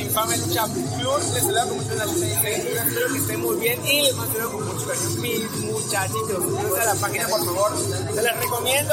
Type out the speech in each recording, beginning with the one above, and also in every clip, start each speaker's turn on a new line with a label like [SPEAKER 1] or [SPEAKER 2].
[SPEAKER 1] Infame Lucha Club. Les saluda con mucho espero que estén muy bien y les mando con mucho cariño mis muchachitos. Suscríbanse a la página, por favor. Se les recomiendo.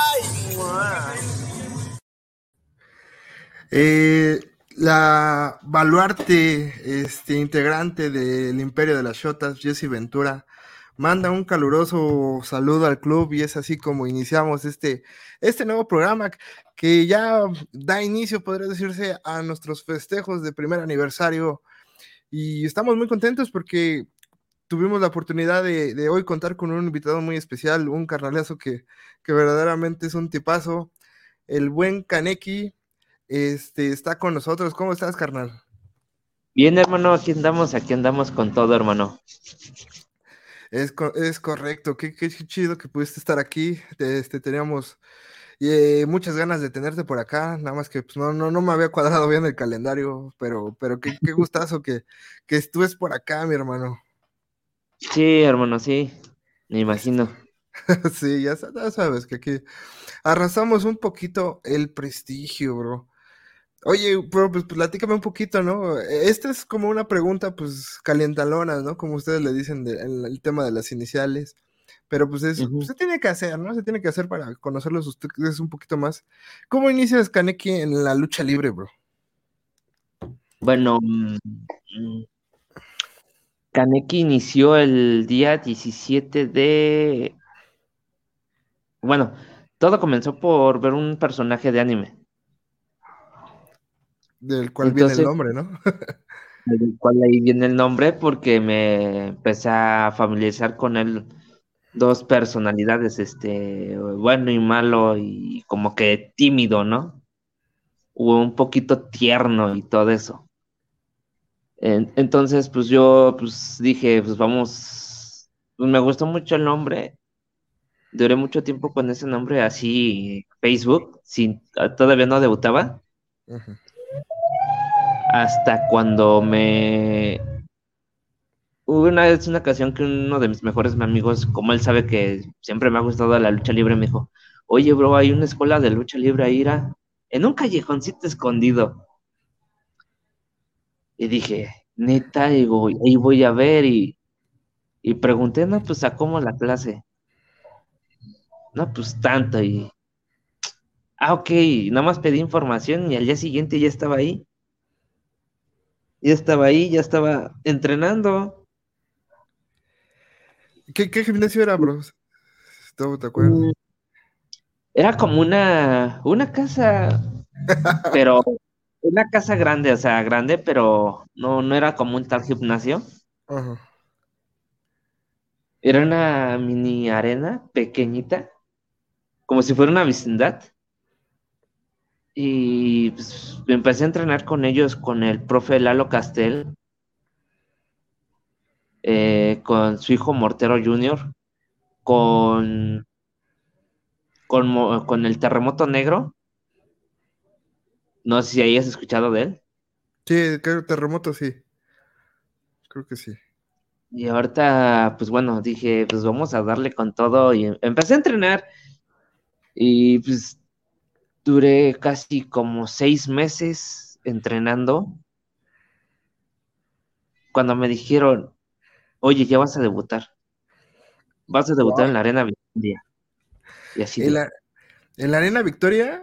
[SPEAKER 1] Bye.
[SPEAKER 2] La baluarte integrante del Imperio de las Shotas, Jessie Ventura, manda un caluroso saludo al club y es así como iniciamos este nuevo programa que ya da inicio, podría decirse, a nuestros festejos de primer aniversario y estamos muy contentos porque tuvimos la oportunidad de hoy contar con un invitado muy especial, un carnalazo que verdaderamente es un tipazo, el buen Kaneki. Está con nosotros. ¿Cómo estás, carnal?
[SPEAKER 3] Bien, hermano, aquí andamos con todo, hermano.
[SPEAKER 2] Es correcto, qué chido que pudiste estar aquí. Teníamos muchas ganas de tenerte por acá, nada más que pues, no me había cuadrado bien el calendario, pero qué gustazo que estuves por acá, mi hermano.
[SPEAKER 3] Sí, hermano, sí, me imagino.
[SPEAKER 2] Sí, ya sabes que aquí arrasamos un poquito el prestigio, bro. Oye, bro, pues platícame un poquito, ¿no? Esta es como una pregunta, pues, calientalona, ¿no? Como ustedes le dicen el tema de las iniciales. Pero pues se tiene que hacer, ¿no? Se tiene que hacer para conocerlos ustedes un poquito más. ¿Cómo inicias Kaneki en la lucha libre, bro?
[SPEAKER 3] Bueno, Kaneki inició el día 17 de... Bueno, todo comenzó por ver un personaje de anime.
[SPEAKER 2] Del cual viene el nombre, ¿no?
[SPEAKER 3] Del cual ahí viene el nombre porque me empecé a familiarizar con él. Dos personalidades, bueno y malo y como que tímido, ¿no? O un poquito tierno y todo eso. Entonces, pues yo dije, pues vamos, pues me gustó mucho el nombre. Duré mucho tiempo con ese nombre así, Facebook, todavía no debutaba.
[SPEAKER 2] Uh-huh.
[SPEAKER 3] Hasta cuando hubo una ocasión que uno de mis mejores amigos, como él sabe que siempre me ha gustado la lucha libre, me dijo, oye, bro, hay una escuela de lucha libre ahí, en un callejoncito escondido. Y dije, neta, digo, ahí voy a ver y pregunté, no, pues, ¿a cómo la clase? No, pues, tanto ok, nada más pedí información y al día siguiente ya estaba ahí. Ya estaba entrenando.
[SPEAKER 2] ¿Qué gimnasio era, bro? ¿Te acuerdas?
[SPEAKER 3] Era como una casa, pero una casa grande, o sea, grande, pero no era como un tal gimnasio.
[SPEAKER 2] Uh-huh.
[SPEAKER 3] Era una mini arena pequeñita, como si fuera una vecindad. Y pues, empecé a entrenar con ellos, con el profe Lalo Castel, con su hijo Mortero Jr., con, con el Terremoto Negro. No sé si hayas escuchado de él.
[SPEAKER 2] Sí, creo terremoto, sí. Creo que sí.
[SPEAKER 3] Y ahorita, pues bueno, dije, pues vamos a darle con todo y empecé a entrenar. Y pues duré casi como 6 meses entrenando. Cuando me dijeron, oye, ya vas a debutar. Vas a debutar en la Arena Victoria. Y así
[SPEAKER 2] ¿En
[SPEAKER 3] de...
[SPEAKER 2] la Arena Victoria?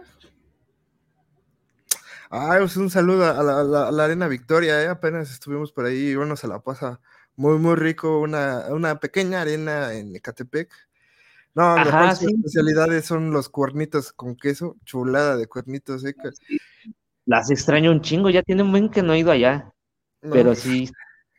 [SPEAKER 2] Pues un saludo a la Arena Victoria, apenas estuvimos por ahí, bueno, se la pasa muy, muy rico, una pequeña arena en Ecatepec. No, lo cual
[SPEAKER 3] Ajá,
[SPEAKER 2] sus
[SPEAKER 3] sí.
[SPEAKER 2] especialidades son los cuernitos con queso, chulada de cuernitos,
[SPEAKER 3] Sí, las extraño un chingo, ya tiene un buen que no he ido allá,
[SPEAKER 2] No,
[SPEAKER 3] pero sí.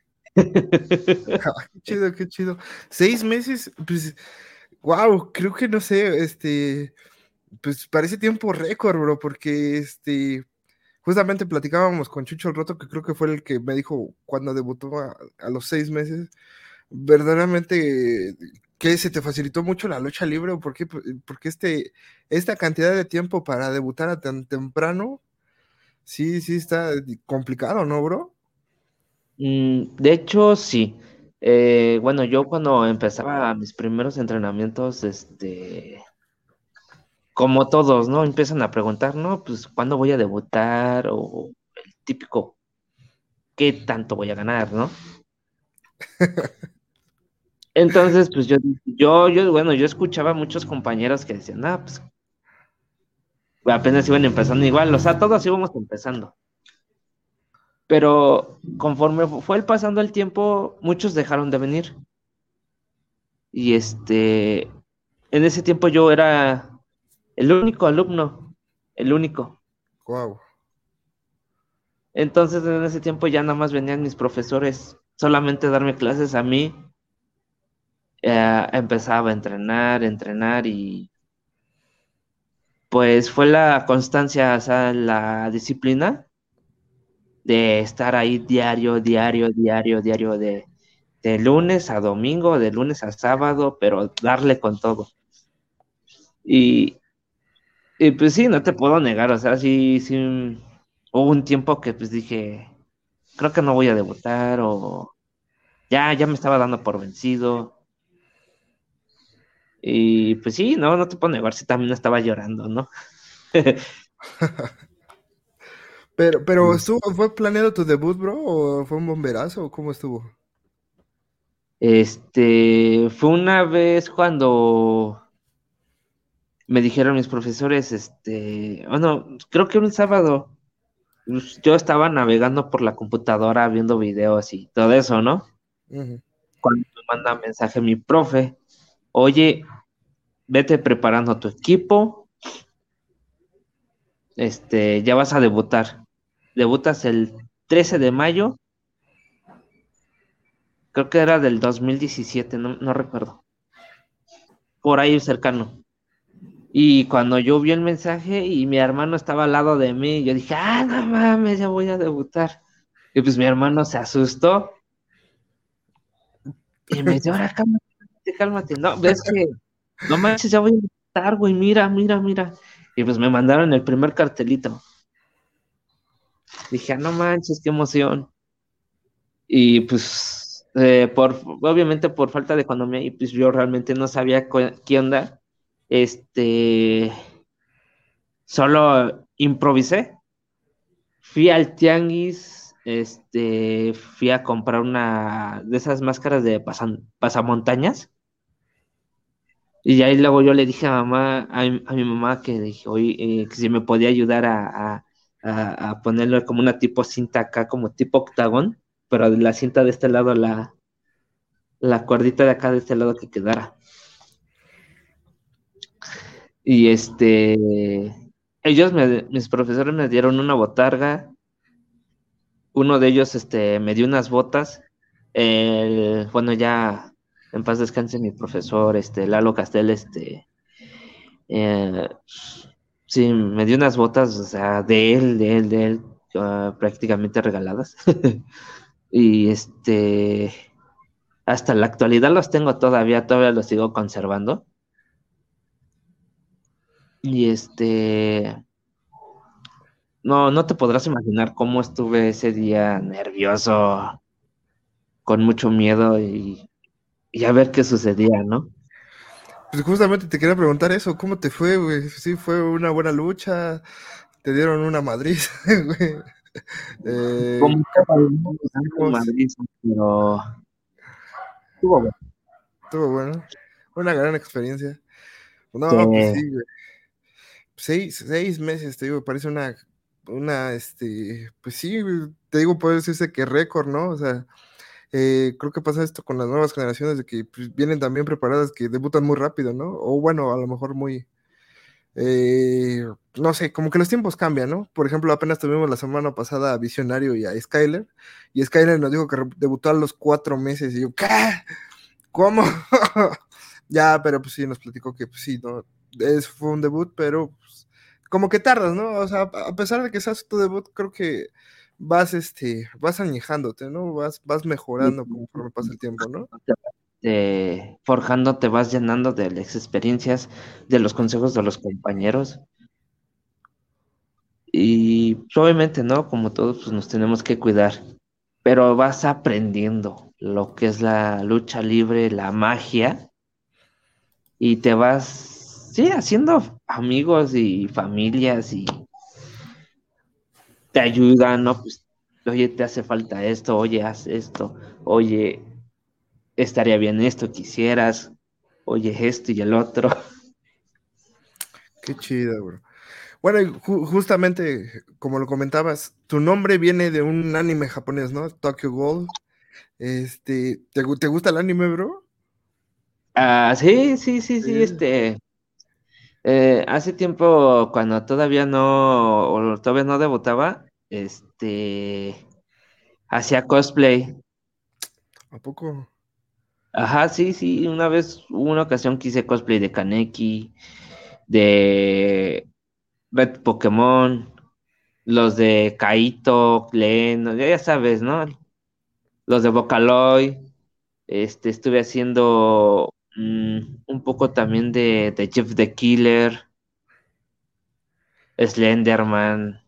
[SPEAKER 2] qué chido, qué chido. 6 meses, pues, wow, creo que no sé, pues parece tiempo récord, bro, porque justamente platicábamos con Chucho el Roto, que creo que fue el que me dijo cuando debutó a los 6 meses, verdaderamente que se te facilitó mucho la lucha libre, ¿o por qué? Porque esta cantidad de tiempo para debutar a tan temprano, sí está complicado, ¿no, bro?
[SPEAKER 3] De hecho, sí. Bueno, yo cuando empezaba mis primeros entrenamientos, como todos, ¿no? Empiezan a preguntar, ¿no? Pues, ¿cuándo voy a debutar? O el típico. ¿qué tanto voy a ganar, no? Entonces, pues bueno, yo escuchaba a muchos compañeros que decían, pues apenas iban empezando igual, o sea, todos íbamos empezando. Pero conforme fue pasando el tiempo, muchos dejaron de venir. Y en ese tiempo yo era el único alumno, el único.
[SPEAKER 2] Wow.
[SPEAKER 3] Entonces en ese tiempo ya nada más venían mis profesores solamente a darme clases a mí. Empezaba a entrenar y pues fue la constancia, o sea, la disciplina de estar ahí diario, de lunes a domingo, de lunes a sábado, pero darle con todo. Y, y pues sí, no te puedo negar, o sea, sí, hubo un tiempo que pues dije, creo que no voy a debutar o ya me estaba dando por vencido. Y pues sí, no te puedo negar, si también estaba llorando, ¿no?
[SPEAKER 2] Pero ¿fue planeado tu debut, bro? ¿O fue un bomberazo? ¿O cómo estuvo?
[SPEAKER 3] Fue una vez cuando me dijeron mis profesores, bueno, creo que un sábado, pues, yo estaba navegando por la computadora viendo videos y todo eso, ¿no?
[SPEAKER 2] Ujú.
[SPEAKER 3] Cuando me manda mensaje mi profe, oye, vete preparando tu equipo, ya vas a debutar. Debutas el 13 de mayo, creo que era del 2017, no recuerdo, por ahí cercano. Y cuando yo vi el mensaje y mi hermano estaba al lado de mí, yo dije, no mames, ya voy a debutar. Y pues mi hermano se asustó y me dice, ahora cálmate. No, ves que, no manches, ya voy a debutar, güey, mira. Y pues me mandaron el primer cartelito. Dije, no manches, qué emoción. Y pues, obviamente por falta de economía, y pues yo realmente no sabía qué onda. Solo improvisé. Fui al tianguis, fui a comprar una de esas máscaras de pasamontañas. Y ahí luego yo le dije a mi mamá que dije, oye, que si me podía ayudar a ponerlo como una tipo cinta acá, como tipo octagón, pero de la cinta de este lado, la cuerdita de acá de este lado que quedara. Y mis profesores me dieron una botarga. Uno de ellos, me dio unas botas. Bueno, ya en paz descanse mi profesor, Lalo Castel, eh, sí, me dio unas botas, o sea, de él, prácticamente regaladas. Y hasta la actualidad los tengo todavía los sigo conservando. Y no te podrás imaginar cómo estuve ese día nervioso, con mucho miedo y a ver qué sucedía, ¿no?
[SPEAKER 2] Pues justamente te quería preguntar eso, ¿cómo te fue, güey? ¿Sí fue una buena lucha? ¿Te dieron una madriz, güey?
[SPEAKER 3] Como todo el mundo, en
[SPEAKER 2] Hicimos,
[SPEAKER 3] Madrid, pero estuvo bueno.
[SPEAKER 2] estuvo bueno, una gran experiencia. No, pues
[SPEAKER 3] Que
[SPEAKER 2] sí, güey. 6 meses, te digo, parece pues sí, güey, te digo, puede decirse que récord, ¿no? O sea, creo que pasa esto con las nuevas generaciones de que pues, vienen también preparadas, que debutan muy rápido, ¿no? O bueno, a lo mejor no sé, como que los tiempos cambian, ¿no? Por ejemplo, apenas tuvimos la semana pasada a Visionario y a Skyler, y Skyler nos dijo que debutó a los 4 meses, y yo, ¿qué? ¿Cómo? Ya, pero pues sí, nos platicó que pues sí, ¿no? Fue un debut, pero pues, como que tardas, ¿no? O sea, a pesar de que seas tu debut, creo que vas añejándote, ¿no? Vas mejorando conforme pasa el tiempo, ¿no?
[SPEAKER 3] forjando te vas llenando de las experiencias, de los consejos de los compañeros. Y pues, obviamente, ¿no? Como todos, pues nos tenemos que cuidar. Pero vas aprendiendo lo que es la lucha libre, la magia, y te vas, sí, haciendo amigos y familias y te ayudan, ¿no? Pues oye, te hace falta esto, oye, haz esto, oye, estaría bien esto, quisieras, oye, esto y el otro.
[SPEAKER 2] Qué chido, bro. Bueno, y justamente, como lo comentabas, tu nombre viene de un anime japonés, ¿no? Tokyo Ghoul. ¿Te gusta el anime, bro?
[SPEAKER 3] Ah, sí, sí, sí, sí,
[SPEAKER 2] Sí.
[SPEAKER 3] hace tiempo cuando todavía no debutaba, hacía cosplay.
[SPEAKER 2] ¿A poco?
[SPEAKER 3] Ajá, sí, sí, hubo una ocasión que hice cosplay de Kaneki, de Red Pokémon, los de Kaito, Glen, ya sabes, ¿no? Los de Vocaloid, estuve haciendo un poco también de Jeff the Killer, Slenderman,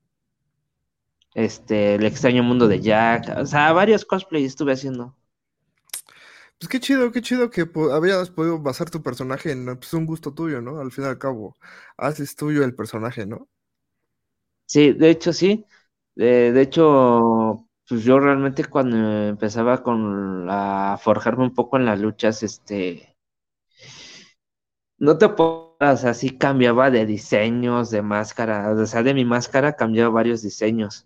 [SPEAKER 3] El extraño mundo de Jack, o sea, varios cosplays estuve haciendo.
[SPEAKER 2] Pues qué chido que habías podido basar tu personaje en pues, un gusto tuyo, ¿no? Al fin y al cabo, haces tuyo el personaje, ¿no?
[SPEAKER 3] Sí, de hecho sí. De hecho, pues yo realmente cuando empezaba a forjarme un poco en las luchas, no te puedo, o sea, sí cambiaba de diseños, de máscara, o sea, de mi máscara cambiaba varios diseños.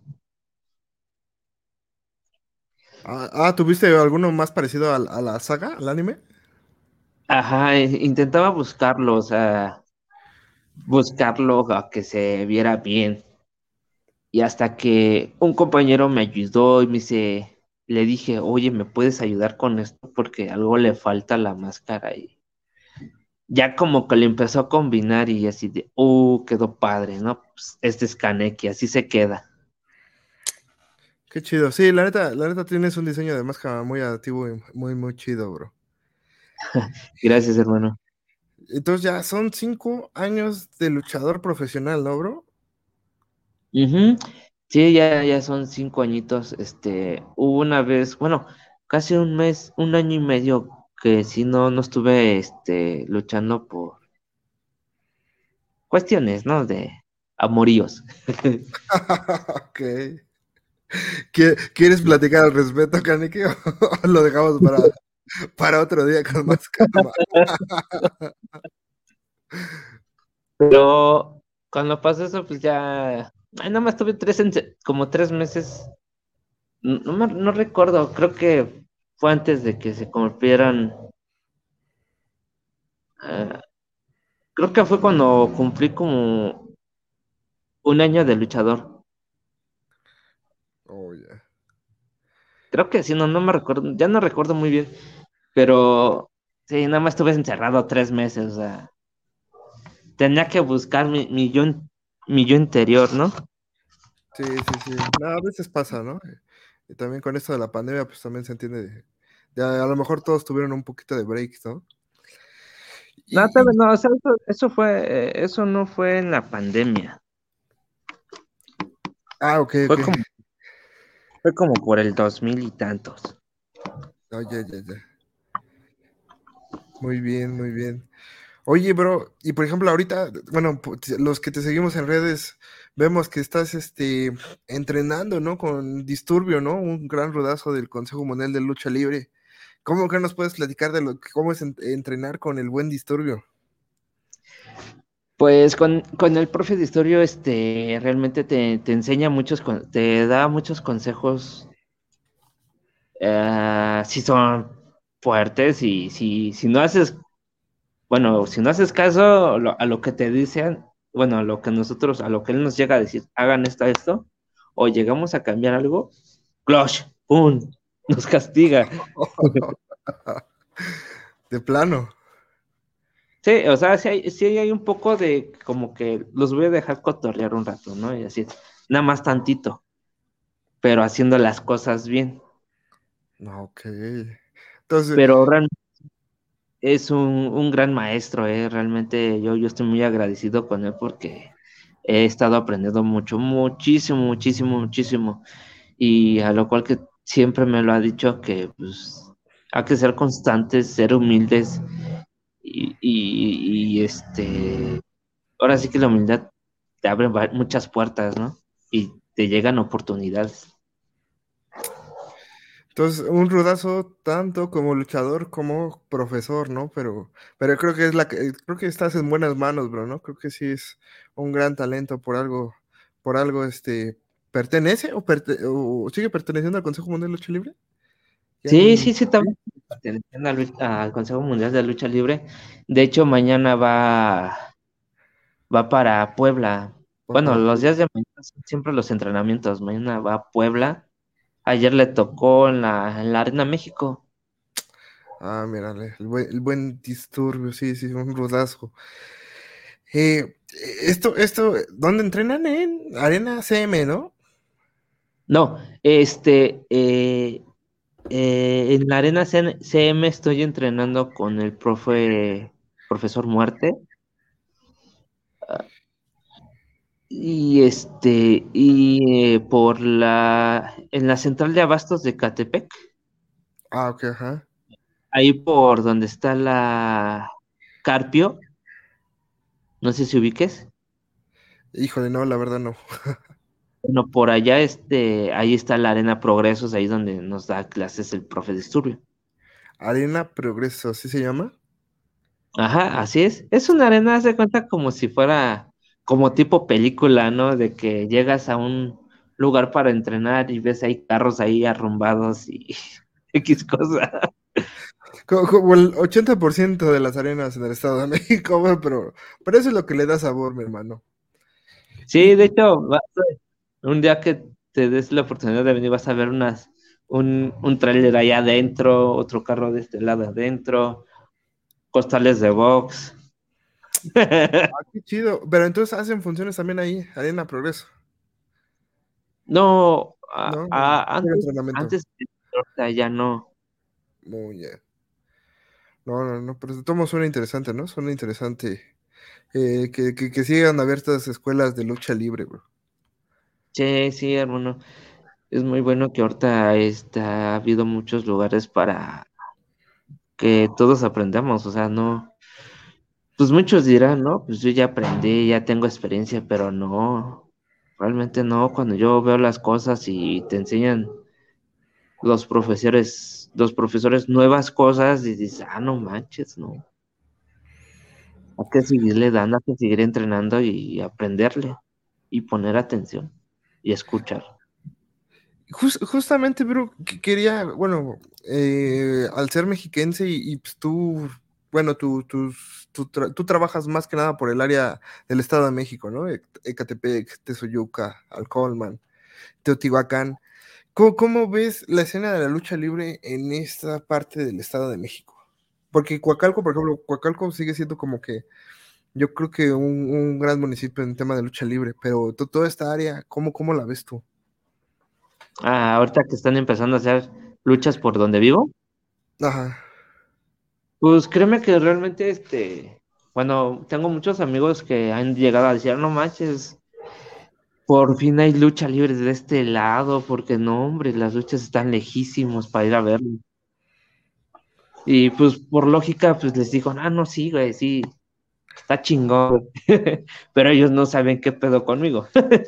[SPEAKER 2] ¿Tuviste alguno más parecido a la saga, al anime?
[SPEAKER 3] Ajá, intentaba buscarlo, o sea, buscarlo a que se viera bien. Y hasta que un compañero me ayudó y le dije, oye, ¿me puedes ayudar con esto? Porque algo le falta a la máscara. Y ya como que le empezó a combinar y así de, quedó padre, ¿no? Pues este es Kaneki, así se queda.
[SPEAKER 2] Qué chido. Sí, la neta tienes un diseño de máscara muy activo y muy, muy chido, bro.
[SPEAKER 3] Gracias, hermano.
[SPEAKER 2] Entonces ya son 5 años de luchador profesional, ¿no, bro?
[SPEAKER 3] Ujú. Sí, ya son 5 añitos. Hubo una vez, bueno, casi un mes, un año y medio que sí no estuve, luchando por cuestiones, ¿no? De amoríos.
[SPEAKER 2] Ok. ¿Quieres platicar al respecto, Kaneki? ¿O lo dejamos para otro día con más calma?
[SPEAKER 3] Pero cuando pasó eso, pues ya, ay, nada más tuve como 3 meses. No recuerdo, creo que fue antes de que se cumplieran. ah, Creo que fue cuando cumplí como un año de luchador.
[SPEAKER 2] Oh, ya.
[SPEAKER 3] Creo que sí, no me recuerdo, ya no recuerdo muy bien, pero sí, nada más estuve encerrado 3 meses, o sea, tenía que buscar mi yo interior, ¿no?
[SPEAKER 2] Sí, sí, sí. No, a veces pasa, ¿no? Y también con esto de la pandemia, pues también se entiende a lo mejor todos tuvieron un poquito de breaks, ¿no?
[SPEAKER 3] No,
[SPEAKER 2] Y,
[SPEAKER 3] no, o sea, eso no fue en la pandemia,
[SPEAKER 2] ok, ok.
[SPEAKER 3] fue como por el 2000 y tantos.
[SPEAKER 2] Oh, ya, ya, ya. Muy bien, muy bien. Oye, bro, y por ejemplo, ahorita, bueno, los que te seguimos en redes, vemos que estás entrenando, ¿no? Con Disturbio, ¿no? Un gran rodazo del Consejo Mundial de Lucha Libre. ¿Cómo que nos puedes platicar de cómo es entrenar con el buen Disturbio?
[SPEAKER 3] Pues con el profe de historia, realmente te enseña te da muchos consejos, si son fuertes y si no haces, bueno, si no haces caso a lo que te dicen, bueno, a lo que él nos llega a decir, hagan esto, o llegamos a cambiar algo, ¡Clash! ¡Pum! Nos castiga.
[SPEAKER 2] De plano.
[SPEAKER 3] Sí, o sea, sí hay un poco de como que los voy a dejar cotorrear un rato, ¿no? Y así, nada más tantito, pero haciendo las cosas bien.
[SPEAKER 2] No, ok. Entonces,
[SPEAKER 3] Pero realmente es un gran maestro, ¿eh? Realmente yo estoy muy agradecido con él porque he estado aprendiendo mucho, muchísimo, muchísimo, muchísimo. Y a lo cual que siempre me lo ha dicho que pues hay que ser constantes, ser humildes y ahora sí que la humildad te abre muchas puertas, ¿no? Y te llegan oportunidades.
[SPEAKER 2] Entonces, un rudazo tanto como luchador como profesor, ¿no? Pero creo que creo que estás en buenas manos, bro, ¿no? Creo que sí es un gran talento por algo, ¿pertenece o sigue perteneciendo al Consejo Mundial de Lucha Libre? Ya
[SPEAKER 3] Sí,
[SPEAKER 2] ni...
[SPEAKER 3] sí, sí, también perteneciendo al Consejo Mundial de Lucha Libre. De hecho, mañana va para Puebla.
[SPEAKER 2] Va
[SPEAKER 3] Bueno,
[SPEAKER 2] para
[SPEAKER 3] los
[SPEAKER 2] Puebla.
[SPEAKER 3] días de mañana son siempre los entrenamientos. Mañana va a Puebla. Ayer le tocó en la Arena México.
[SPEAKER 2] Ah, mírale, el buen disturbio, sí, sí, un rudazo. Eh, ¿Dónde entrenan? En Arena CM, ¿no?
[SPEAKER 3] No, en la Arena CM estoy entrenando con el profesor Muerte. En la central de abastos de Catepec,
[SPEAKER 2] Ah, ok, ajá.
[SPEAKER 3] ahí por donde está la Carpio, no sé si ubiques.
[SPEAKER 2] Híjole, no, la verdad no.
[SPEAKER 3] Bueno, por allá, ahí está la Arena Progresos, ahí donde nos da clases el profe Disturbio.
[SPEAKER 2] Arena Progreso, ¿así se llama?
[SPEAKER 3] Ajá, así es. Es una arena, haz de cuenta como si fuera como tipo película, ¿no? De que llegas a un lugar para entrenar y ves ahí carros ahí arrumbados y X cosa.
[SPEAKER 2] Como el 80% de las arenas en el Estado de México, güey, pero eso es lo que le da sabor, mi hermano.
[SPEAKER 3] Sí, de
[SPEAKER 2] Y,
[SPEAKER 3] hecho, un día que te des la oportunidad de venir, vas a ver un tráiler allá adentro, otro carro de este lado adentro, costales de box.
[SPEAKER 2] qué chido. Pero entonces hacen funciones también ahí, Arena Progreso,
[SPEAKER 3] No,
[SPEAKER 2] ¿no? Puro entrenamiento.
[SPEAKER 3] antes, ahorita ya no.
[SPEAKER 2] Muy bien. No, no, no, pero de todos modos suena interesante, ¿no? Suena interesante que sigan abiertas escuelas de lucha libre, bro.
[SPEAKER 3] Sí, sí, hermano. Es muy bueno que ahorita ha habido muchos lugares para que todos aprendamos. O sea, no. Pues muchos dirán, ¿no? Pues yo ya aprendí, ya tengo experiencia, pero no. Realmente no. Cuando yo veo las cosas y te enseñan los profesores nuevas cosas y dices, ah, no manches, no. Hay que seguirle dando, hay que seguir entrenando y aprenderle y poner atención y escuchar.
[SPEAKER 2] Justamente, bro, quería, bueno, al ser mexiquense pues tú, bueno, tú trabajas más que nada por el área del Estado de México, ¿no? Ecatepec, Tezoyuca, Alcolman, Teotihuacán. ¿Cómo ves la escena de la lucha libre en esta parte del Estado de México? Porque Coacalco, por ejemplo, Coacalco sigue siendo como que yo creo que un gran municipio en tema de lucha libre, pero toda esta área, ¿cómo la ves tú?
[SPEAKER 3] Ah, ahorita que están empezando a hacer luchas por donde vivo.
[SPEAKER 2] Ajá.
[SPEAKER 3] Pues créeme que realmente, bueno, tengo muchos amigos que han llegado a decir, no manches, por fin hay lucha libre de este lado, porque no, hombre, las luchas están lejísimos para ir a verlo. Y pues por lógica, pues les digo, ah, no, sí, güey, sí, está chingón. Pero ellos no saben qué pedo conmigo.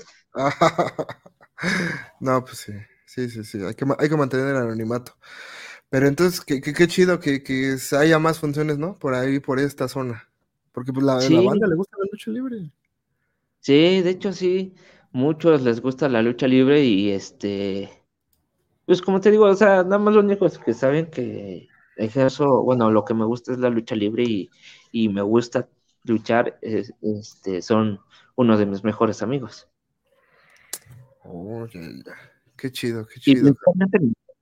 [SPEAKER 2] No, pues sí, sí, sí, sí, hay que mantener el anonimato. Pero entonces, qué chido que haya más funciones, ¿no? Por ahí, por esta zona. Porque pues la
[SPEAKER 3] Sí,
[SPEAKER 2] banda le gusta la lucha libre.
[SPEAKER 3] sí, de hecho sí, muchos les gusta la lucha libre y pues como te digo, o sea, nada más lo único es que saben que ejerzo, bueno, lo que me gusta es la lucha libre y me gusta luchar, son uno de mis mejores amigos.
[SPEAKER 2] Oh, ya, ya. Qué chido, qué
[SPEAKER 3] Y
[SPEAKER 2] chido.
[SPEAKER 3] principalmente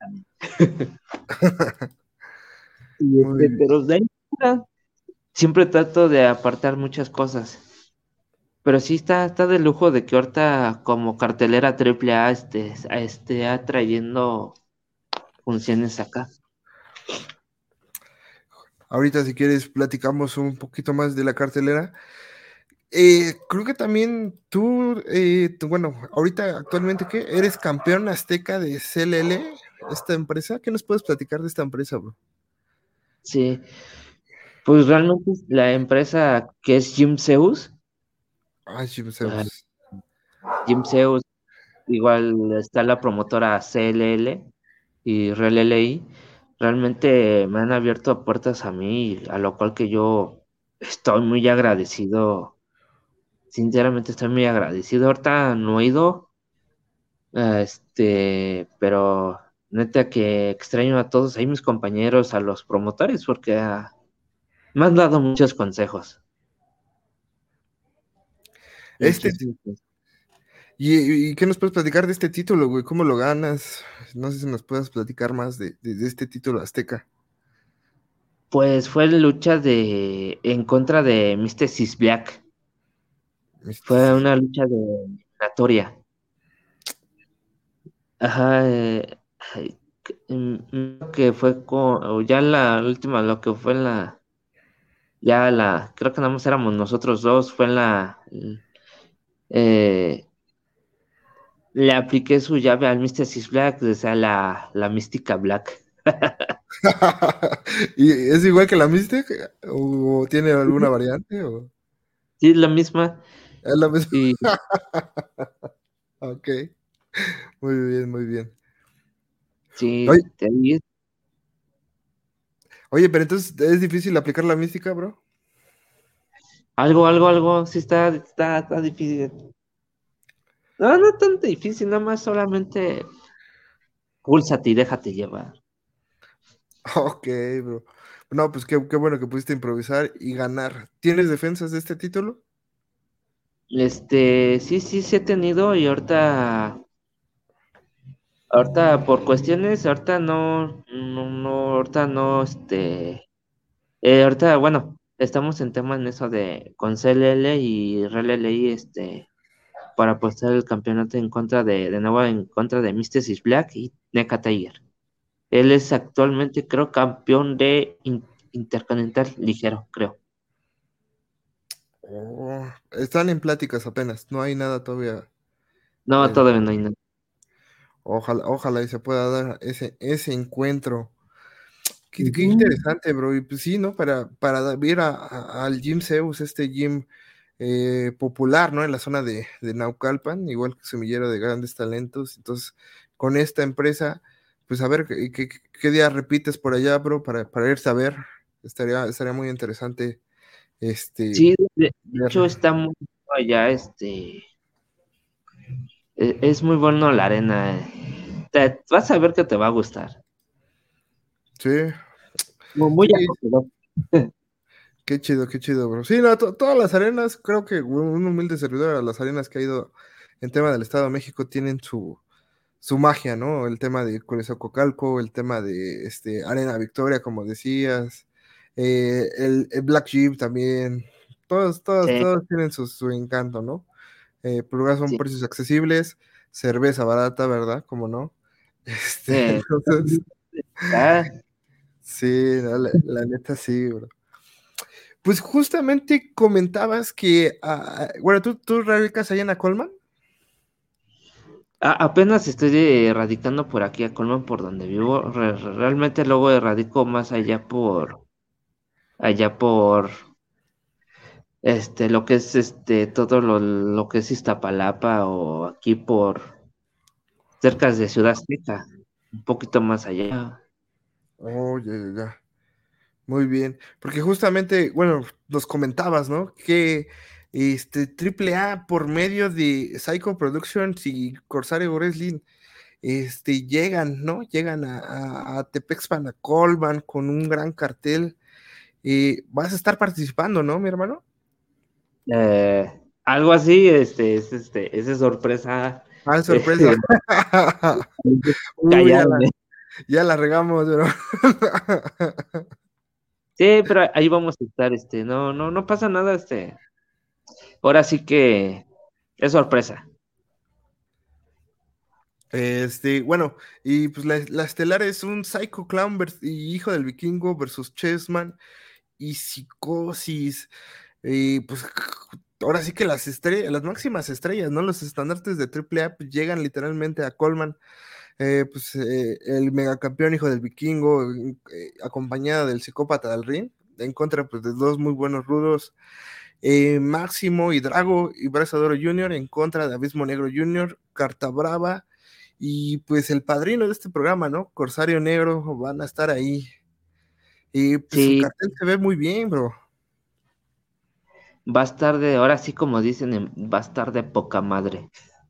[SPEAKER 2] Muy bien.
[SPEAKER 3] pero de ahí fuera, siempre trato de apartar muchas cosas. Pero sí está de lujo de que ahorita como cartelera triple A esté atrayendo funciones acá.
[SPEAKER 2] Ahorita, si quieres, platicamos un poquito más de la cartelera. Creo que también bueno, ahorita actualmente, ¿qué? ¿Eres campeón azteca de CLL, esta empresa? ¿Qué nos puedes platicar de esta empresa, bro?
[SPEAKER 3] Sí, pues realmente la empresa que es Jim Zeus,
[SPEAKER 2] Ay, Jim
[SPEAKER 3] ah,
[SPEAKER 2] Zeus.
[SPEAKER 3] Jim Zeus, igual está la promotora CLL, y Real LI realmente me han abierto puertas a mí, a lo cual que yo estoy muy agradecido. Sinceramente estoy muy agradecido. Ahorita no he ido, pero neta que extraño a todos ahí mis compañeros, a los promotores, porque me han dado muchos consejos.
[SPEAKER 2] Este,
[SPEAKER 3] Muchísimos consejos.
[SPEAKER 2] ¿y qué nos puedes platicar de este título, güey? ¿Cómo lo ganas? No sé si nos puedes platicar más de este título azteca.
[SPEAKER 3] Pues fue lucha en contra de Mr. Sis Black. Fue
[SPEAKER 2] Sí.
[SPEAKER 3] una lucha de eliminatoria. Ajá, ay, que fue o ya la última, lo que fue creo que nada más éramos nosotros dos, fue eh, le apliqué su llave al Mr. Sis Black, o sea, la mística Black.
[SPEAKER 2] ¿Y es igual que la Mystic? ¿O tiene alguna variante? ¿O
[SPEAKER 3] Sí, la misma.
[SPEAKER 2] es la misma?
[SPEAKER 3] Y
[SPEAKER 2] Ok, muy bien, muy bien.
[SPEAKER 3] sí,
[SPEAKER 2] Oye,
[SPEAKER 3] de ahí
[SPEAKER 2] oye, pero entonces es difícil aplicar la mística, bro.
[SPEAKER 3] algo, sí está difícil. No, no tan difícil, nada más solamente púlsate y déjate llevar.
[SPEAKER 2] Ok, bro. No, pues qué bueno que pudiste improvisar y ganar. ¿Tienes defensas de este título?
[SPEAKER 3] Sí he tenido y ahorita por cuestiones, ahorita no, ahorita, bueno, estamos en tema en eso con CLL y RLLI, para apostar el campeonato de nuevo en contra de Mr. Sis Black y NECA Tiger. Él es actualmente, creo, campeón de Intercontinental ligero, creo.
[SPEAKER 2] Oh, están en pláticas apenas, no hay nada todavía.
[SPEAKER 3] No,
[SPEAKER 2] eh,
[SPEAKER 3] todavía no hay nada.
[SPEAKER 2] ojalá y se pueda dar ese encuentro. Qué
[SPEAKER 3] Ujú.
[SPEAKER 2] interesante, bro. Y pues sí, ¿no? Para ir al Gym Zeus, este gym popular, ¿no? En la zona de Naucalpan, igual que Semillero de Grandes Talentos. Entonces, con esta empresa, pues a ver qué día repites por allá, bro, para irse a ver. Estaría muy interesante,
[SPEAKER 3] Sí, de
[SPEAKER 2] ver.
[SPEAKER 3] hecho está muy allá, es muy bueno la arena. Vas a ver que te va a gustar.
[SPEAKER 2] Sí,
[SPEAKER 3] Muy
[SPEAKER 2] sí,
[SPEAKER 3] acogedor.
[SPEAKER 2] qué chido, bro. Sí, no, todas las arenas, creo que un humilde servidor a las arenas que ha ido en tema del Estado de México tienen su magia, ¿no? El tema de Corizococalco, el tema de Arena Victoria, como decías, el Black Sheep también,
[SPEAKER 3] Sí,
[SPEAKER 2] todos tienen su encanto, ¿no? Por lugar son
[SPEAKER 3] sí.
[SPEAKER 2] precios accesibles, cerveza barata, ¿verdad? Como no.
[SPEAKER 3] Eh,
[SPEAKER 2] Entonces,
[SPEAKER 3] ah,
[SPEAKER 2] sí, no, la neta sí, bro. Pues justamente comentabas que, bueno, tú radicas allá en Acolman.
[SPEAKER 3] apenas estoy radicando por aquí a Colman, por donde vivo. Realmente luego radico más allá por, lo que es, todo lo que es Iztapalapa o aquí cerca de Ciudad Azteca, un poquito más allá.
[SPEAKER 2] Oh, ya. Muy bien, porque justamente, bueno, nos comentabas, ¿no? Que Triple A por medio de Psycho Productions y Corsario Wrestling, llegan, ¿no? Llegan a Tepexpan, a Colman con un gran cartel. Vas a estar participando, ¿no, mi hermano?
[SPEAKER 3] Algo así, esa es sorpresa.
[SPEAKER 2] Ah,
[SPEAKER 3] eh,
[SPEAKER 2] sorpresa. Uy,
[SPEAKER 3] Callarme.
[SPEAKER 2] ya la regamos, pero.
[SPEAKER 3] Sí, pero ahí vamos a estar, no pasa nada, ahora sí que es sorpresa.
[SPEAKER 2] Bueno, y pues la estelar es un Psycho Clown y Hijo del Vikingo versus Chessman y Psicosis. Y pues ahora sí que las máximas estrellas, ¿no? Los estandartes de AAA pues, llegan literalmente a Colman. El megacampeón Hijo del Vikingo, acompañada del psicópata del ring, en contra pues, de dos muy buenos rudos. Máximo y Drago y Brazadoro Jr. en contra de Abismo Negro Jr., Carta Brava y pues el padrino de este programa, ¿no? Corsario Negro, van a estar ahí. Y pues su
[SPEAKER 3] Sí,
[SPEAKER 2] cartel se ve muy bien, bro.
[SPEAKER 3] va a estar de, ahora sí como dicen, va a estar de poca madre.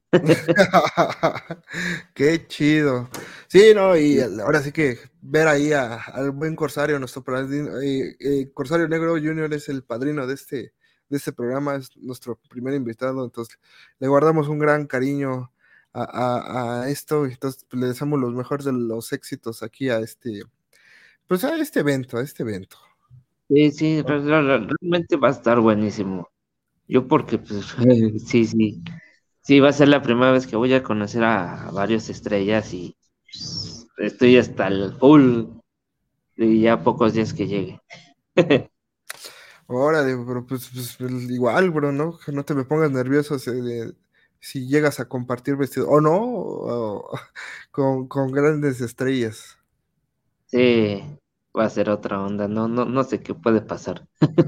[SPEAKER 2] Qué chido. Sí, no, y ahora sí que ver ahí al buen Corsario, nuestro padrino, Corsario Negro Junior es el padrino de este programa, es nuestro primer invitado, entonces le guardamos un gran cariño a esto, entonces pues, le deseamos los mejores de los éxitos aquí pues a este evento, a este evento.
[SPEAKER 3] Sí, sí, realmente va a estar buenísimo. Yo porque, pues, sí, sí, sí, va a ser la primera vez que voy a conocer a varias estrellas y pues, estoy hasta el full de ya pocos días que llegue.
[SPEAKER 2] Órale, pero pues, igual, bro, ¿no? Que no te me pongas nervioso si llegas a compartir vestido, o no, con grandes estrellas.
[SPEAKER 3] Sí, va a ser otra onda, no, no, no sé qué puede pasar.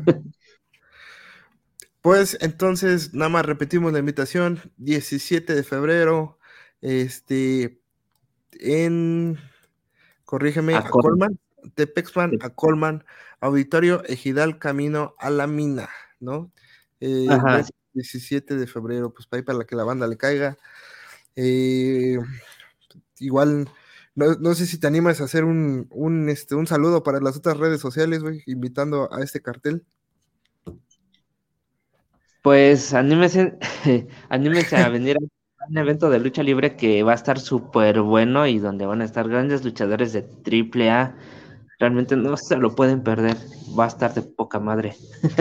[SPEAKER 2] Pues entonces, nada más repetimos la invitación, 17 de febrero, este, en, corrígeme, a
[SPEAKER 3] Acorde.
[SPEAKER 2] Colman, Tepexpan, a Colman, Auditorio Ejidal Camino a la Mina, ¿no?
[SPEAKER 3] Ajá,
[SPEAKER 2] Bueno,
[SPEAKER 3] sí.
[SPEAKER 2] 17 de febrero, pues para ahí para que la banda le caiga. Eh, Igual, no sé si te animas a hacer un saludo para las otras redes sociales, güey, invitando a este cartel.
[SPEAKER 3] Pues anímense, anímense a venir a un evento de lucha libre que va a estar súper bueno y donde van a estar grandes luchadores de triple A. Realmente no se lo pueden perder, va a estar de poca madre.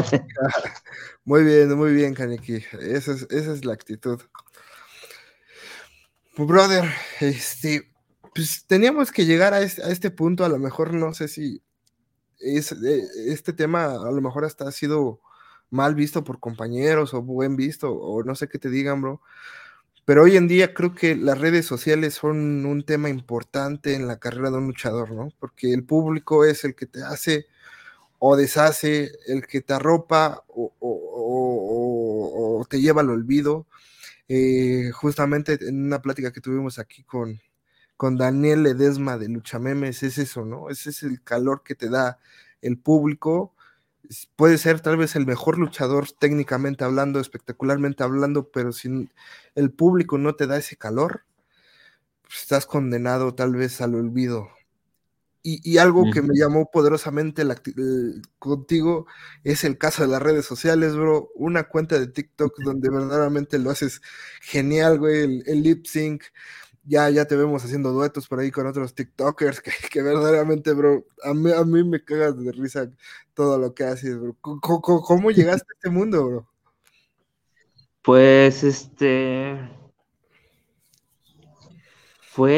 [SPEAKER 2] Muy bien, Kaneki. Esa es la actitud. Pues, brother, pues teníamos que llegar a este punto, a lo mejor no sé si este tema a lo mejor hasta ha sido mal visto por compañeros o buen visto, o no sé qué te digan, bro. Pero hoy en día creo que las redes sociales son un tema importante en la carrera de un luchador, ¿no? Porque el público es el que te hace o deshace, el que te arropa o te lleva al olvido. Justamente en una plática que tuvimos aquí con Daniel Ledesma de Luchamemes, es eso, ¿no? Ese es el calor que te da el público. Puede ser tal vez el mejor luchador técnicamente hablando, espectacularmente hablando, pero si el público no te da ese calor, pues estás condenado tal vez al olvido. Y algo que me
[SPEAKER 3] Ujú.
[SPEAKER 2] llamó poderosamente contigo es el caso de las redes sociales, bro. Una cuenta de TikTok donde verdaderamente lo haces genial, güey. El lip sync. Ya te vemos haciendo duetos por ahí con otros TikTokers que verdaderamente, bro, a mí me cagas de risa todo lo que haces, bro. ¿Cómo llegaste a este mundo, bro?
[SPEAKER 3] Pues fue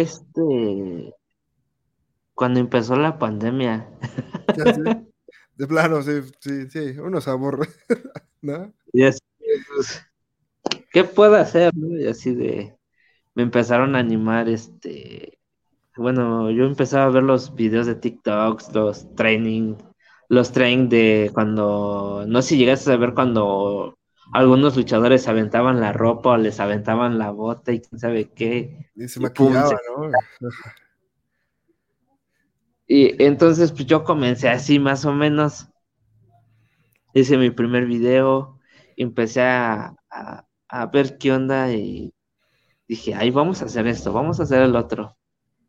[SPEAKER 3] cuando empezó la pandemia.
[SPEAKER 2] Ya sé, de plano, sí, sí, sí, uno se aburre, ¿no?
[SPEAKER 3] Y así, pues, ¿qué puedo hacer, no? Y así me empezaron a animar, bueno, yo empezaba a ver los videos de TikToks, los training de cuando, no sé si llegaste a ver cuando algunos luchadores aventaban la ropa o les aventaban la bota y quién sabe qué,
[SPEAKER 2] Y se
[SPEAKER 3] y pum,
[SPEAKER 2] maquillaba, ¿no?
[SPEAKER 3] y entonces pues yo comencé así más o menos, hice mi primer video, empecé a ver qué onda y dije, ay, vamos a hacer esto, vamos a hacer el otro.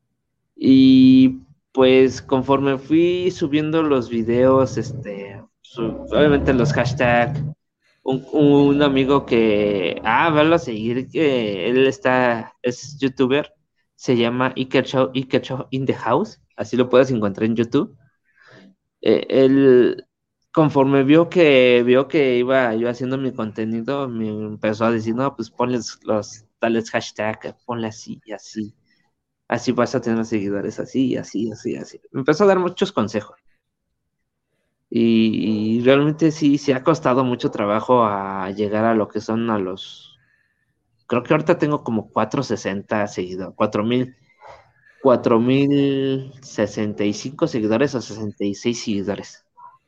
[SPEAKER 3] Y pues conforme fui subiendo los videos, obviamente los hashtags, un amigo verlo a seguir, que es youtuber, se llama Iker Show in the House, así lo puedes encontrar en YouTube. Él, conforme vio que iba yo haciendo mi contenido, me empezó a decir, no, pues ponle los tales hashtags, ponle así y así. Así vas a tener seguidores, así, así, así, así. Me empezó a dar muchos consejos. Y realmente sí, sí ha costado mucho trabajo a llegar a lo que son creo que ahorita tengo como 460 seguidores, 4065 seguidores o 66 seguidores.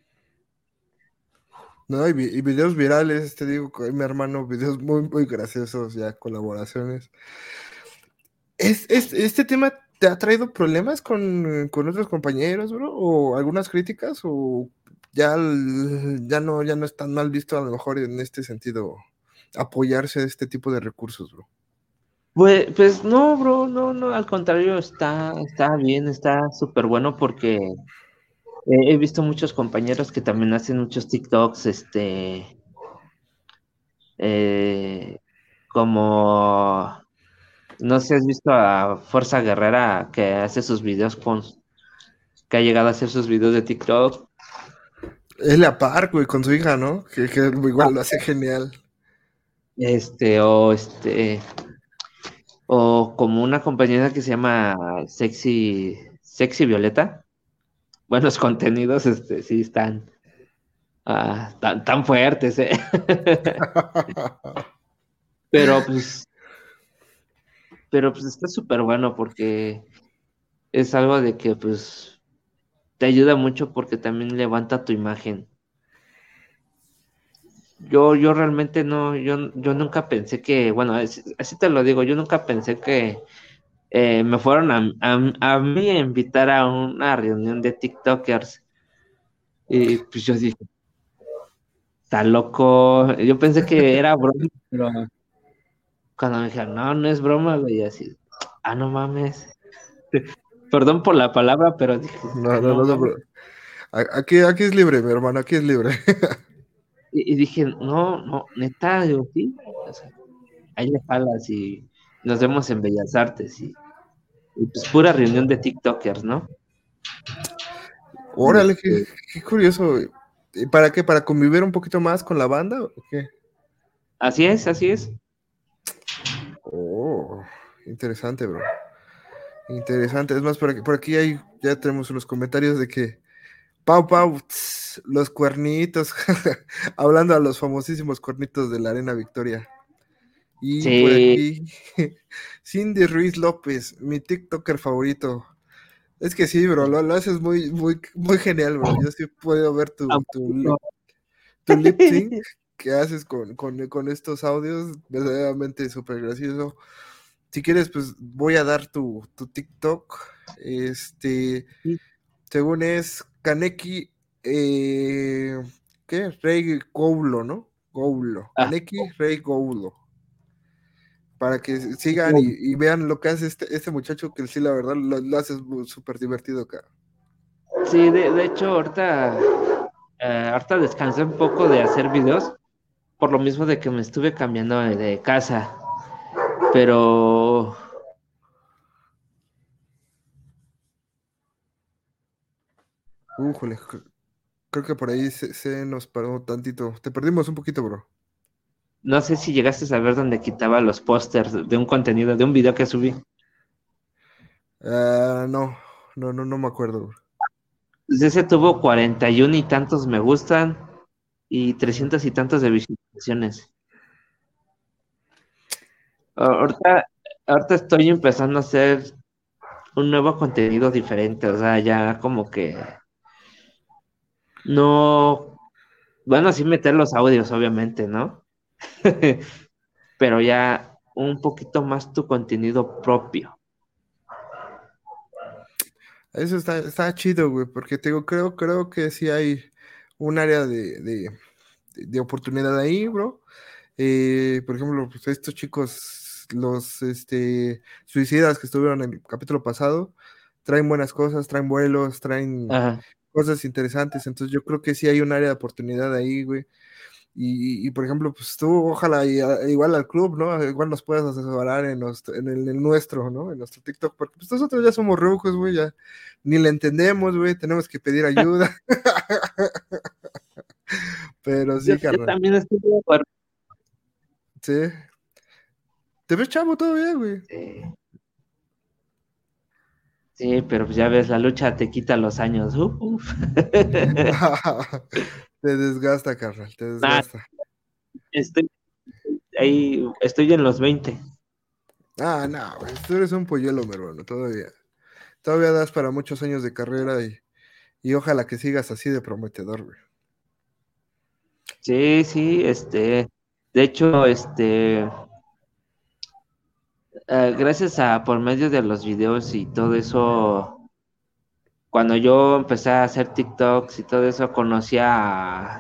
[SPEAKER 2] No, y videos virales, te digo, con mi hermano, videos muy, muy graciosos, ya, colaboraciones. ¿Este tema te ha traído problemas con otros compañeros, bro? ¿O algunas críticas? ¿O ya no es tan mal visto a lo mejor en este sentido apoyarse de este tipo de recursos, bro?
[SPEAKER 3] Pues no, bro, no, al contrario, está bien, está súper bueno porque he visto muchos compañeros que también hacen muchos TikToks, eh, como, no sé si has visto a Fuerza Guerrera que hace sus videos que ha llegado a hacer sus videos de TikTok,
[SPEAKER 2] Él a par, güey, con su hija, ¿no? Que igual lo hace genial.
[SPEAKER 3] o o como una compañera que se llama Sexy Violeta. Buenos contenidos, sí están tan fuertes, ¿eh? Pero pues, pero pues está súper bueno porque es algo de que pues te ayuda mucho porque también levanta tu imagen. Yo realmente no, yo nunca pensé que, bueno, así te lo digo, yo nunca pensé que me fueron a mí a invitar a una reunión de TikTokers. Y pues yo dije, está loco. Yo pensé que era broma, pero cuando me dijeron, no, no es broma, güey, así, no mames. Perdón por la palabra, pero dije,
[SPEAKER 2] No, no,
[SPEAKER 3] no
[SPEAKER 2] no,
[SPEAKER 3] mames.
[SPEAKER 2] bro. Aquí es libre, mi hermano, aquí es libre.
[SPEAKER 3] Y dije, no, neta, digo, sí, o sea, ahí le jalas y nos vemos en Bellas Artes y pues pura reunión de TikTokers, ¿no? Y
[SPEAKER 2] Órale, qué curioso, güey. ¿Y para qué? ¿Para convivir un poquito más con la banda o qué?
[SPEAKER 3] así es, así es.
[SPEAKER 2] Oh, interesante, bro. Interesante. Es más, por aquí ya tenemos unos comentarios de que Pau, los cuernitos, hablando a los famosísimos cuernitos de la Arena Victoria. Y por
[SPEAKER 3] Sí,
[SPEAKER 2] aquí, Cindy Ruiz López, mi TikToker favorito. Es que sí, bro, lo haces muy, muy, muy genial, bro. Yo sí puedo ver
[SPEAKER 3] ¿a
[SPEAKER 2] tu
[SPEAKER 3] poco?
[SPEAKER 2] lip sync que haces con estos audios, verdaderamente súper gracioso. Si quieres, pues voy a dar tu TikTok. Este, según es Kaneki, ¿qué? Rey Goulo, ¿no? Goulo.
[SPEAKER 3] Ah,
[SPEAKER 2] Kaneki Rey Goulo. Para que sigan y vean lo que hace este muchacho, que sí, la verdad, lo hace súper divertido acá.
[SPEAKER 3] sí, de hecho, ahorita descansé un poco de hacer videos, por lo mismo de que me estuve cambiando de casa, pero
[SPEAKER 2] Újole, creo que por ahí se nos paró tantito. Te perdimos un poquito, bro.
[SPEAKER 3] no sé si llegaste a saber dónde quitaba los pósters de un contenido, de un video que subí.
[SPEAKER 2] No, no me acuerdo, bro.
[SPEAKER 3] Pues ese tuvo 41 y tantos me gustan y 300 y tantos de visualizaciones. Ahorita, ahorita estoy empezando a hacer un nuevo contenido diferente, o sea, ya como que no, bueno, sí meter los audios, obviamente, ¿no? Pero ya un poquito más tu contenido propio.
[SPEAKER 2] Eso está chido, güey, porque te digo, creo que sí hay un área de oportunidad ahí, bro. Por ejemplo, pues estos chicos, los suicidas que estuvieron en el capítulo pasado, traen buenas cosas, traen vuelos, traen
[SPEAKER 3] Ajá.
[SPEAKER 2] cosas interesantes. Entonces yo creo que sí hay un área de oportunidad ahí, güey. Por ejemplo, pues tú, ojalá igual al club, ¿no? Igual nos puedas asesorar en el nuestro, ¿no? En nuestro TikTok, porque pues nosotros ya somos rucos, güey, ya ni le entendemos, güey, tenemos que pedir ayuda. Pero
[SPEAKER 3] Yo,
[SPEAKER 2] sí,
[SPEAKER 3] yo
[SPEAKER 2] carnal.
[SPEAKER 3] también estoy de acuerdo.
[SPEAKER 2] Sí. Te ves chavo todavía, güey.
[SPEAKER 3] Sí, sí, pero pues ya ves, la lucha te quita los años. Uf.
[SPEAKER 2] Te desgasta, carnal, te
[SPEAKER 3] Nah,
[SPEAKER 2] desgasta.
[SPEAKER 3] estoy ahí, estoy en los 20.
[SPEAKER 2] No, güey, tú eres un polluelo, mi hermano, todavía. Todavía das para muchos años de carrera y ojalá que sigas así de prometedor, güey.
[SPEAKER 3] Sí, sí, de hecho, gracias a por medio de los videos y todo eso, cuando yo empecé a hacer TikToks y todo eso, conocí a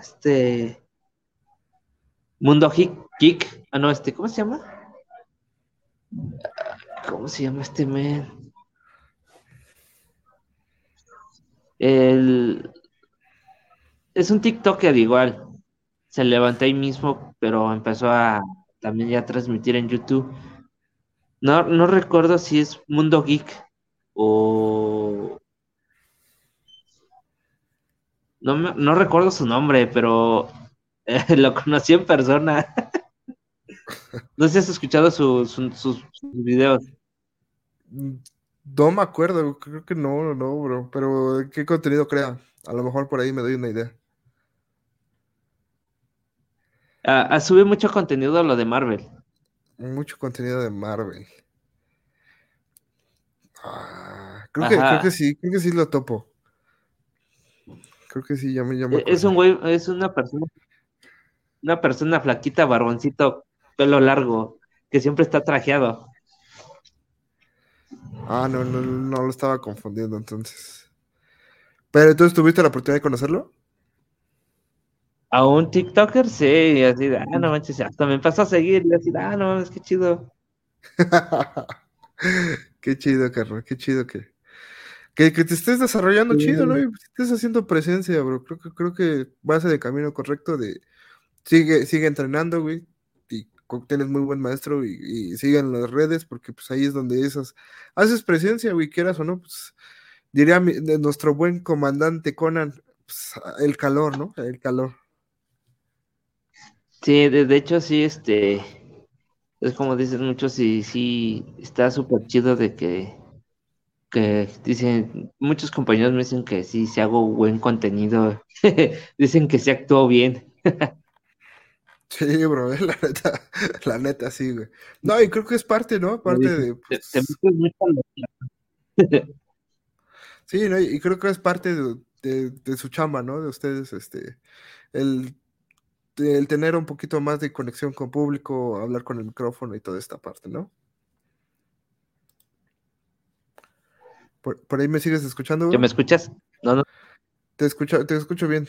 [SPEAKER 3] Mundo Geek. Ah, no, ¿cómo se llama? ¿Cómo se llama este men? El, es un TikToker igual. Se levantó ahí mismo, pero empezó a también ya transmitir en YouTube. No recuerdo si es Mundo Geek o no recuerdo su nombre, pero lo conocí en persona. No sé si has escuchado sus videos.
[SPEAKER 2] Mm, No me acuerdo, creo que no, bro. Pero ¿qué contenido crea? A lo mejor por ahí me doy una idea.
[SPEAKER 3] Sube mucho contenido a lo de Marvel.
[SPEAKER 2] Mucho contenido de Marvel. Creo que
[SPEAKER 3] Ajá.
[SPEAKER 2] sí, creo que sí lo topo. Creo que sí, ya me
[SPEAKER 3] Es
[SPEAKER 2] acordé.
[SPEAKER 3] un güey, es una persona flaquita, barboncito, pelo largo, que siempre está trajeado.
[SPEAKER 2] No lo estaba confundiendo entonces. Pero entonces tuviste la oportunidad de conocerlo.
[SPEAKER 3] A un TikToker, sí, y así de, no manches, hasta me pasó a seguir, y así de, no mames, qué chido.
[SPEAKER 2] Qué chido, Carlos, qué chido que te estés desarrollando chido, ¿no?
[SPEAKER 3] Sí.
[SPEAKER 2] Y estés haciendo presencia, bro. Creo que vas en el camino correcto de sigue entrenando, güey. Y tienes muy buen maestro y sigue en las redes porque pues ahí es donde haces presencia, güey, quieras o no, pues diría de nuestro buen comandante Conan, pues, el calor, ¿no? El calor.
[SPEAKER 3] Sí, de hecho, sí, es como dicen muchos, sí, sí, está súper chido de que dicen, muchos compañeros me dicen que sí, si hago buen contenido, dicen que sí actúo bien.
[SPEAKER 2] Sí, bro, la neta, sí, güey. No, y creo que es parte, ¿no?
[SPEAKER 3] Me
[SPEAKER 2] Parte
[SPEAKER 3] dicen,
[SPEAKER 2] de,
[SPEAKER 3] te
[SPEAKER 2] pues,
[SPEAKER 3] metes mucho a
[SPEAKER 2] sí, ¿no? Y creo que es parte de su chamba, ¿no? De ustedes, el, el tener un poquito más de conexión con público, hablar con el micrófono y toda esta parte, ¿no? Por ahí me sigues escuchando,
[SPEAKER 3] ¿Ya me
[SPEAKER 2] bro.
[SPEAKER 3] escuchas? No, no,
[SPEAKER 2] Te escucho bien.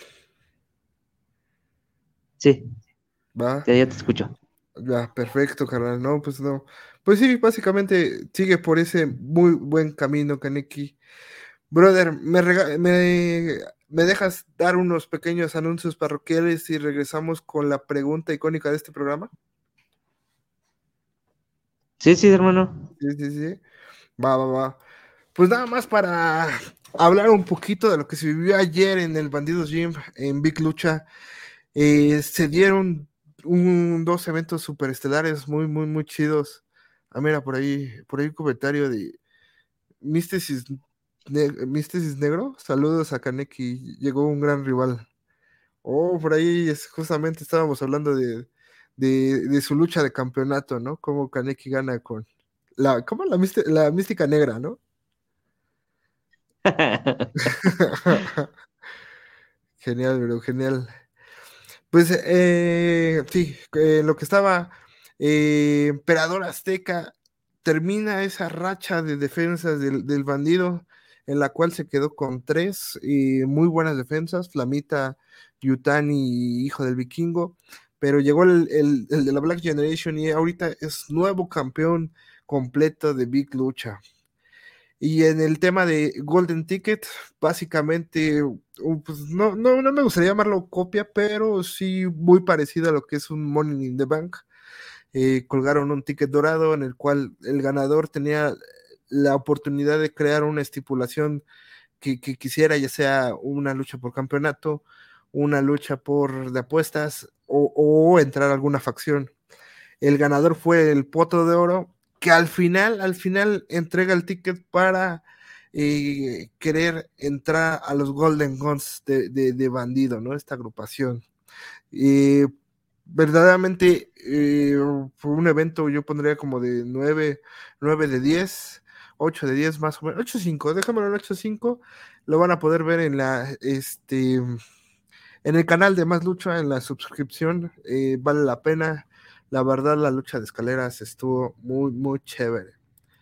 [SPEAKER 3] sí,
[SPEAKER 2] Va,
[SPEAKER 3] ya te escucho.
[SPEAKER 2] ya, perfecto, carnal. No, pues no. Pues sí, básicamente sigue por ese muy buen camino, Kaneki. Brother, me dejas dar unos pequeños anuncios parroquiales y regresamos con la pregunta icónica de este programa.
[SPEAKER 3] Sí, sí, hermano.
[SPEAKER 2] Sí, sí, sí. Va. Pues nada más para hablar un poquito de lo que se vivió ayer en el Bandidos Gym en Big Lucha. Se dieron dos eventos superestelares muy, muy, muy chidos. Mira, por ahí un comentario de Místesis, Místesis Negro. Saludos a Kaneki, llegó un gran rival. Oh, por ahí justamente estábamos hablando de su lucha de campeonato, ¿no? Cómo Kaneki gana con ¿cómo? La mística negra, ¿no? Genial, bro, genial. Pues sí, lo que estaba Emperador Azteca termina esa racha de defensas del bandido, en la cual se quedó con tres muy buenas defensas, Flamita, Yutani y Hijo del Vikingo, pero llegó el de la Black Generation y ahorita es nuevo campeón completo de Big Lucha. Y en el tema de Golden Ticket, básicamente, pues no me gustaría llamarlo copia, pero sí muy parecido a lo que es un Money in the Bank. Colgaron un ticket dorado en el cual el ganador tenía la oportunidad de crear una estipulación que quisiera, ya sea una lucha por campeonato, una lucha por de apuestas o entrar a alguna facción. El ganador fue el Potro de Oro, que al final entrega el ticket para querer entrar a los Golden Guns de Bandido, ¿no? Esta agrupación. Eh, Verdaderamente fue un evento, yo pondría como de 9 de 10, 8 de 10 más o menos, 8.5, déjamelo en 8.5, lo van a poder ver en el canal de Más Lucha, en la suscripción, vale la pena. La verdad, la lucha de escaleras estuvo muy, muy chévere.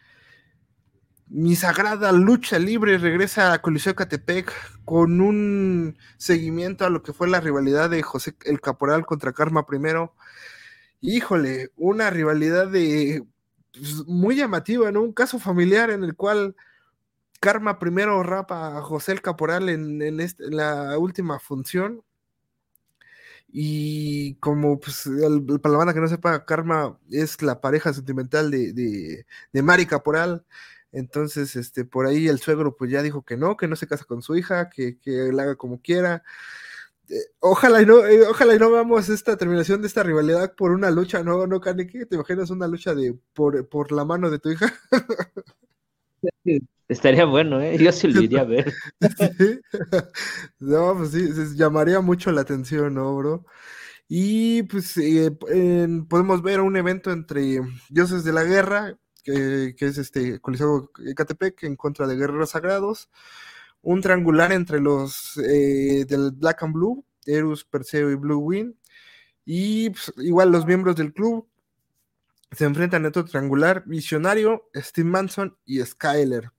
[SPEAKER 2] Mi sagrada lucha libre regresa a Coliseo Catepec con un seguimiento a lo que fue la rivalidad de José el Caporal contra Karma primero. Híjole, una rivalidad de pues, muy llamativa, ¿no? Un caso familiar en el cual Karma primero rapa a José el Caporal en la última función. Y como pues, para la banda que no sepa, Karma es la pareja sentimental de Mari Caporal. Entonces, por ahí el suegro pues ya dijo que no se casa con su hija, que la haga como quiera. Ojalá y no veamos esta terminación de esta rivalidad por una lucha, no, Kaneki, ¿te imaginas una lucha por la mano de tu hija?
[SPEAKER 3] Estaría bueno, ¿eh? Yo sí lo iría a ver.
[SPEAKER 2] Sí. No, pues sí, llamaría mucho la atención, ¿no, bro? Y pues podemos ver un evento entre dioses de la guerra, que es Coliseo Ecatepec en contra de guerreros sagrados, un triangular entre los del Black and Blue, Eros, Perseo y Blue Wing, y pues, igual los miembros del club se enfrentan en otro triangular, Visionario, Steve Manson y Skyler.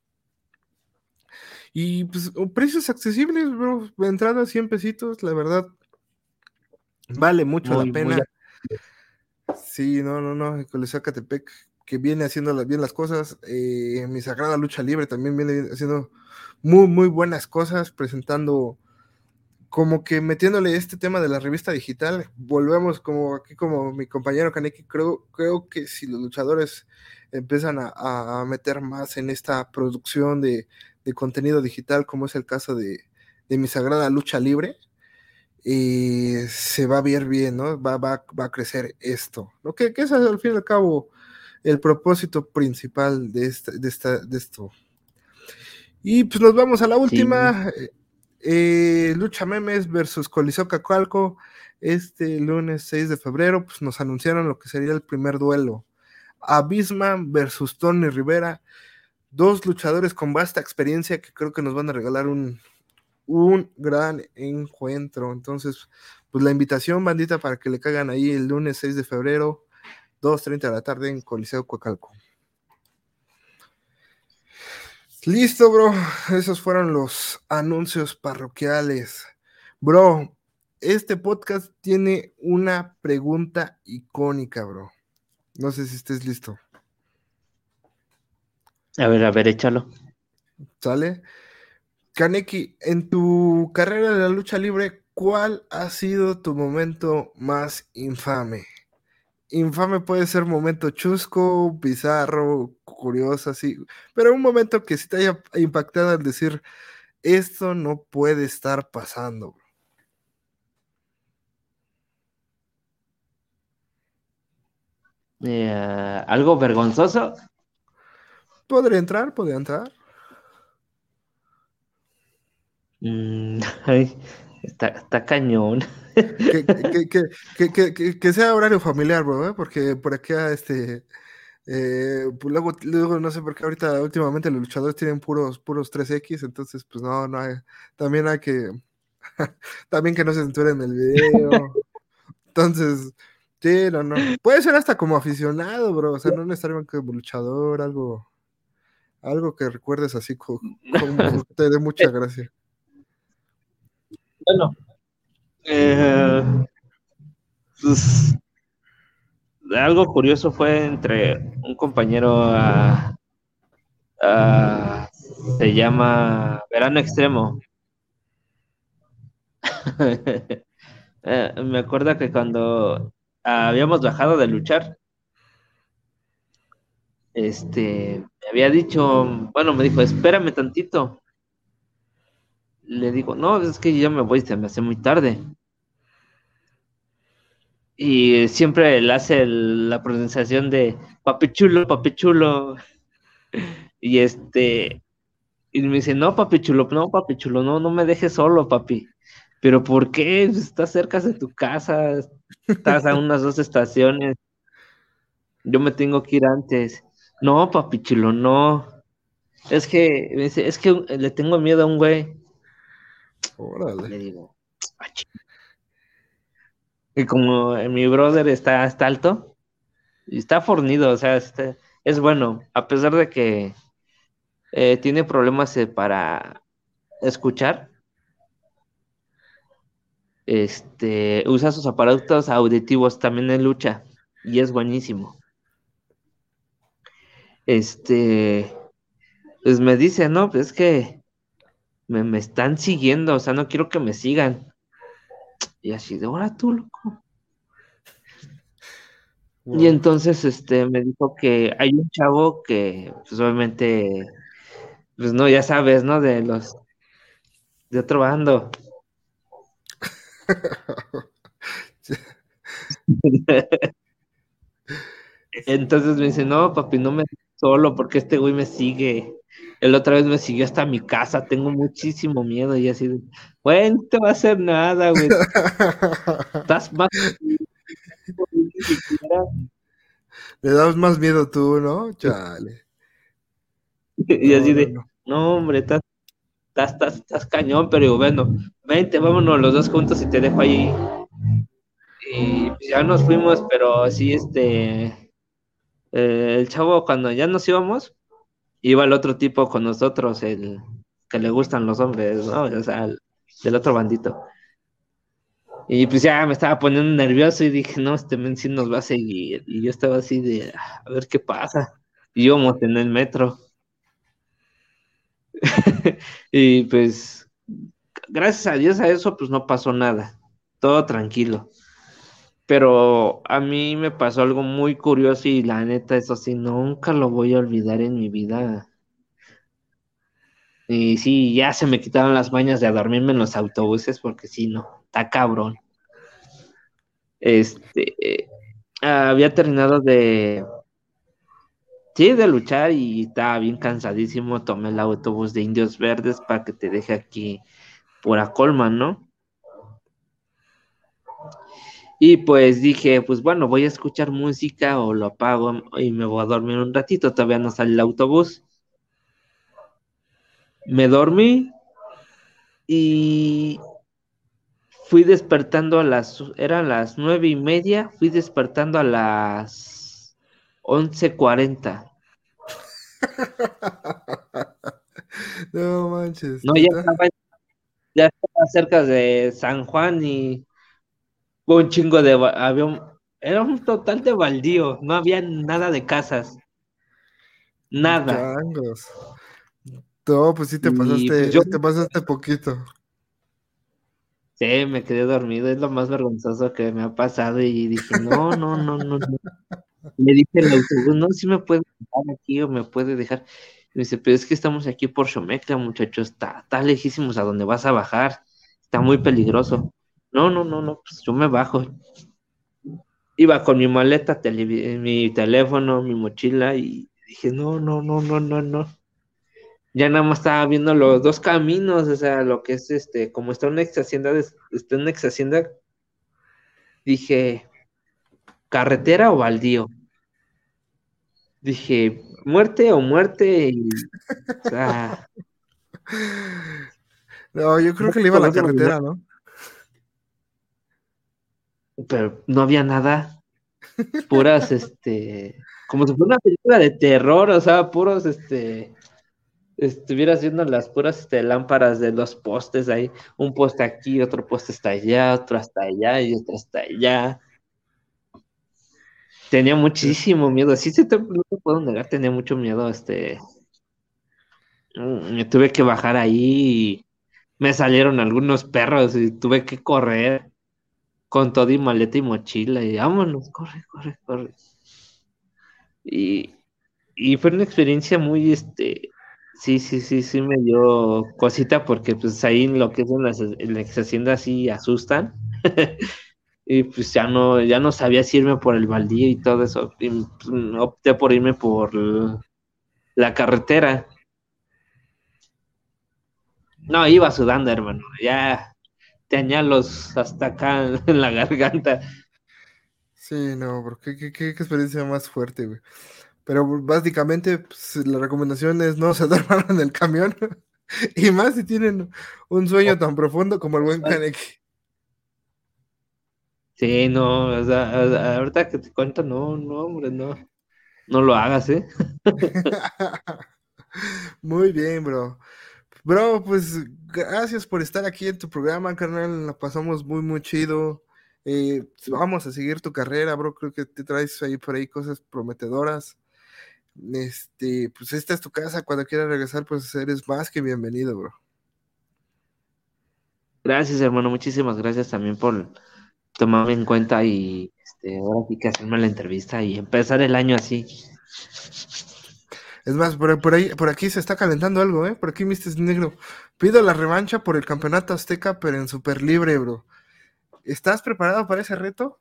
[SPEAKER 2] Y pues precios accesibles, bro, entrada 100 pesitos, la verdad, vale mucho la pena. Sí, no, Coliseo Catepec, que viene haciendo bien las cosas. Mi sagrada lucha libre también viene haciendo muy, muy buenas cosas, presentando como que metiéndole este tema de la revista digital. Volvemos como aquí, como mi compañero Kaneki, creo que si los luchadores empiezan a meter más en esta producción de contenido digital, como es el caso de mi sagrada lucha libre, se va a ver bien, ¿no? Va a crecer esto, ¿no? Que es al fin y al cabo el propósito principal de esto. Y pues nos vamos a la última, Lucha Memes versus Coliseo Cacalco, este lunes 6 de febrero, pues nos anunciaron lo que sería el primer duelo, Abisman versus Tony Rivera, dos luchadores con vasta experiencia que creo que nos van a regalar un gran encuentro. Entonces, pues la invitación, bandita, para que le caigan ahí el lunes 6 de febrero, 2:30 de la tarde en Coliseo Coacalco. Listo, bro. Esos fueron los anuncios parroquiales. Bro, este podcast tiene una pregunta icónica, bro. No sé si estés listo.
[SPEAKER 3] A ver, échalo.
[SPEAKER 2] ¿Sale? Kaneki, en tu carrera de la lucha libre, ¿cuál ha sido tu momento más infame? Infame puede ser momento chusco, bizarro, curioso, así, pero un momento que sí te haya impactado al decir, esto no puede estar pasando.
[SPEAKER 3] ¿Algo vergonzoso?
[SPEAKER 2] ¿Podría entrar?
[SPEAKER 3] Ay, está cañón.
[SPEAKER 2] Que sea horario familiar, bro, ¿eh? Porque por acá, pues luego no sé por qué ahorita últimamente los luchadores tienen puros 3X, entonces pues no hay, también hay que, también que no se censuren el video, entonces, sí, no, puede ser hasta como aficionado, bro, o sea, no necesariamente como luchador, algo que recuerdes así como te dé mucha gracia.
[SPEAKER 3] Bueno, pues, algo curioso fue entre un compañero se llama Verano Extremo. Me acuerdo que cuando habíamos bajado de luchar, me había dicho, bueno, me dijo, espérame tantito. Le digo, no, es que ya me voy, se me hace muy tarde. Y siempre él hace la pronunciación de papi chulo, papi chulo. Y y me dice, no, papi chulo, no me dejes solo, papi. Pero ¿por qué? Estás cerca de tu casa, estás a unas 2 estaciones. Yo me tengo que ir antes. No, papi chulo, no. Es que, me dice, es que le tengo miedo a un güey.
[SPEAKER 2] Órale.
[SPEAKER 3] Le digo, y como mi brother está alto, Y está fornido, o sea, es bueno, a pesar de que tiene problemas para escuchar, usa sus aparatos auditivos también en lucha y es buenísimo. Pues me dice, no, pues es que me están siguiendo, o sea, no quiero que me sigan. Y así de, ahora tú, loco. Y
[SPEAKER 2] Wow.
[SPEAKER 3] entonces, me dijo que hay un chavo que, pues obviamente, pues no, ya sabes, ¿no? De otro bando. Entonces me dice, no, papi, no me dejes solo porque este güey me sigue. El otra vez me siguió hasta mi casa, tengo muchísimo miedo. Y así de, güey, no te va a hacer nada, güey. Estás más ni siquiera.
[SPEAKER 2] Le das más miedo tú, ¿no? Chale.
[SPEAKER 3] Y
[SPEAKER 2] No,
[SPEAKER 3] así
[SPEAKER 2] no,
[SPEAKER 3] de,
[SPEAKER 2] no.
[SPEAKER 3] no, hombre, estás cañón, pero digo, bueno, vente, vámonos los dos juntos y te dejo ahí. Y pues ya nos fuimos, pero sí, el chavo cuando ya nos íbamos, iba el otro tipo con nosotros, el que le gustan los hombres, ¿no? O sea, del otro bandito. Y pues ya me estaba poniendo nervioso y dije, no, este men sí nos va a seguir. Y yo estaba así de, a ver qué pasa. Y íbamos en el metro. Y pues, gracias a Dios a eso, pues no pasó nada. Todo tranquilo. Pero a mí me pasó algo muy curioso y la neta, eso sí, nunca lo voy a olvidar en mi vida. Y sí, ya se me quitaron las mañas de dormirme en los autobuses porque sí, no, está cabrón. Había terminado sí, de luchar y estaba bien cansadísimo. Tomé el autobús de Indios Verdes para que te deje aquí por Acolman, ¿no? Y pues dije, pues bueno, voy a escuchar música o lo apago y me voy a dormir un ratito. Todavía no sale el autobús. Me dormí y fui despertando eran las 9:30, fui despertando a las 11:40.
[SPEAKER 2] No manches,
[SPEAKER 3] No,
[SPEAKER 2] neta.
[SPEAKER 3] ya estaba cerca de San Juan y hubo un chingo era un total de baldío, no había nada de casas, nada.
[SPEAKER 2] Changos. No, pues sí
[SPEAKER 3] Y pues yo
[SPEAKER 2] te pasaste poquito.
[SPEAKER 3] sí, me quedé dormido, es lo más vergonzoso que me ha pasado y dije, no, no, no, no, no. Le dije al autobús, no, si me puede dejar aquí o me puede dejar. Y me dice, pero es que estamos aquí por Xomecla, muchachos, está lejísimos a donde vas a bajar, está muy peligroso. No, no, no, no, pues yo me bajo. Iba con mi maleta, mi teléfono, mi mochila y dije, no, no, no, no, no, no. Ya nada más estaba viendo los dos caminos, o sea, lo que es como está una ex hacienda, dije, carretera o baldío. Dije, muerte o muerte, y, o sea,
[SPEAKER 2] No, yo creo
[SPEAKER 3] no
[SPEAKER 2] que le iba a la
[SPEAKER 3] conozco ni nada,
[SPEAKER 2] carretera, ¿no?
[SPEAKER 3] pero no había nada, puras, como si fuera una película de terror, o sea, puros, estuvieras viendo las puras lámparas de los postes ahí, un poste aquí, otro poste está allá, otro hasta allá y otro hasta allá. Tenía muchísimo miedo, no te puedo negar, tenía mucho miedo, me tuve que bajar ahí y me salieron algunos perros y tuve que correr con todo y maleta y mochila y vámonos, corre, corre, corre. Y, y fue una experiencia muy, sí, sí, sí, sí me dio cosita porque pues ahí en lo que es en las haciendas sí asustan. Y pues ya no sabía si irme por el baldío y todo eso. Y pues, opté por irme por la carretera. No, iba sudando, hermano. Ya tenía los hasta acá en la garganta.
[SPEAKER 2] Sí, no, porque qué experiencia más fuerte, güey. Pero básicamente, pues, la recomendación es no se duerman en el camión. Y más si tienen un sueño tan profundo como el buen Kaneki.
[SPEAKER 3] Sí, no, o sea, ahorita que te cuento, no, no, hombre, no, no lo hagas, ¿eh?
[SPEAKER 2] Muy bien, bro. Bro, pues gracias por estar aquí en tu programa, carnal. La pasamos muy, muy chido. Vamos a seguir tu carrera, bro. Creo que te traes ahí por ahí cosas prometedoras. Pues esta es tu casa. Cuando quieras regresar, pues eres más que bienvenido, bro.
[SPEAKER 3] Gracias, hermano, muchísimas gracias también por tomarme en cuenta y ahora sí que hacerme la entrevista y empezar el año así.
[SPEAKER 2] Es más, por aquí se está calentando algo, ¿eh? Por aquí, Mr. Negro. Pido la revancha por el campeonato azteca, pero en super libre, bro. ¿Estás preparado para ese reto?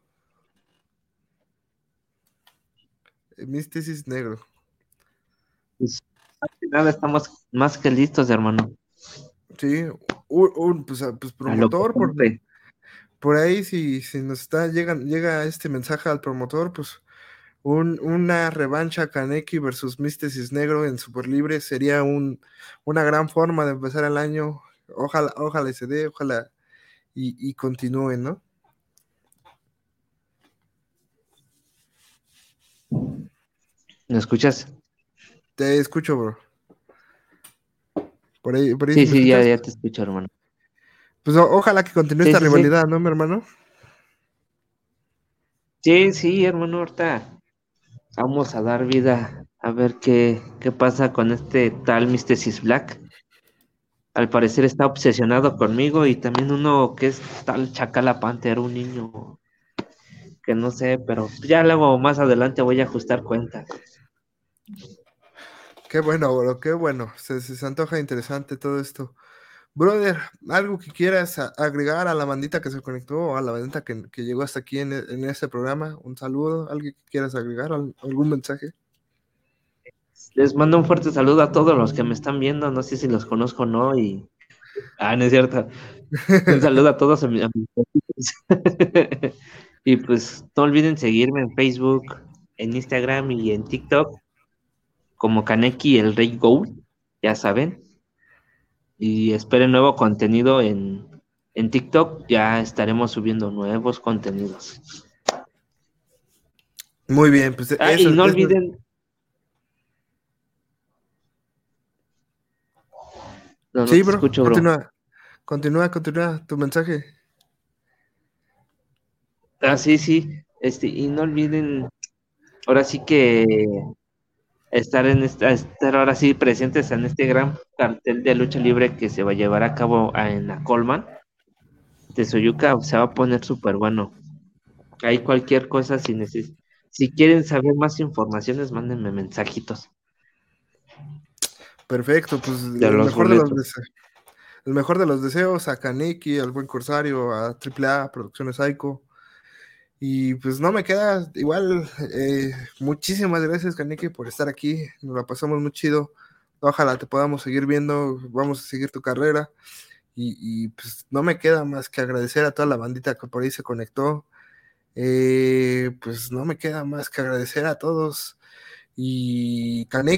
[SPEAKER 2] Mr. Negro.
[SPEAKER 3] Pues, más que nada, estamos más que listos, hermano.
[SPEAKER 2] Sí, pues
[SPEAKER 3] A lo que
[SPEAKER 2] promotor,
[SPEAKER 3] compre.
[SPEAKER 2] por ahí si nos llega este mensaje al promotor, pues una revancha Kaneki versus Mr. Cisnegro en Super Libre sería una gran forma de empezar el año. Ojalá y se dé, ojalá y continúe, ¿no?
[SPEAKER 3] ¿Me escuchas?
[SPEAKER 2] Te escucho, bro. Por ahí
[SPEAKER 3] Sí,
[SPEAKER 2] si me
[SPEAKER 3] sí,
[SPEAKER 2] escuchas.
[SPEAKER 3] ya te escucho, hermano.
[SPEAKER 2] Pues ojalá que continúe
[SPEAKER 3] Sí,
[SPEAKER 2] esta
[SPEAKER 3] sí, sí.
[SPEAKER 2] rivalidad, ¿no, mi hermano?
[SPEAKER 3] Sí, sí, hermano, ahorita vamos a dar vida a ver qué pasa con este tal Mr. Cis Black. Al parecer está obsesionado conmigo y también uno que es tal Chacala Panther, un niño que no sé, pero ya luego más adelante voy a ajustar cuentas.
[SPEAKER 2] Qué bueno, bro, qué bueno. Se antoja interesante todo esto. Brother, algo que quieras agregar a la bandita que se conectó o a la bandita que llegó hasta aquí en este programa, un saludo, algo que quieras agregar, algún mensaje.
[SPEAKER 3] Les mando un fuerte saludo a todos los que me están viendo, no sé si los conozco o no, no es cierto. Un saludo a todos a mis y pues no olviden seguirme en Facebook, en Instagram y en TikTok como Kaneki el Rey Gold, ya saben. Y esperen nuevo contenido en TikTok, ya estaremos subiendo nuevos contenidos.
[SPEAKER 2] Muy bien, pues
[SPEAKER 3] Ah, y no olviden, no, no
[SPEAKER 2] sí,
[SPEAKER 3] te
[SPEAKER 2] bro,
[SPEAKER 3] escucho, bro.
[SPEAKER 2] continúa tu mensaje.
[SPEAKER 3] Ah, sí, sí, y no olviden, ahora sí que estar ahora sí presentes en este gran cartel de lucha libre que se va a llevar a cabo en la Colman de Soyuca, se va a poner súper bueno. Hay cualquier cosa, si quieren saber más informaciones, mándenme mensajitos
[SPEAKER 2] Perfecto, pues
[SPEAKER 3] de los boletos.
[SPEAKER 2] el mejor de los deseos a Kaneki, al buen Corsario, a AAA, Producciones Psycho. Y pues no me queda igual, muchísimas gracias, Kaneki, por estar aquí. Nos la pasamos muy chido. Ojalá te podamos seguir viendo, vamos a seguir tu carrera. Pues no me queda más que agradecer a toda la bandita que por ahí se conectó. Pues no me queda más que agradecer a todos. Y Kaneki.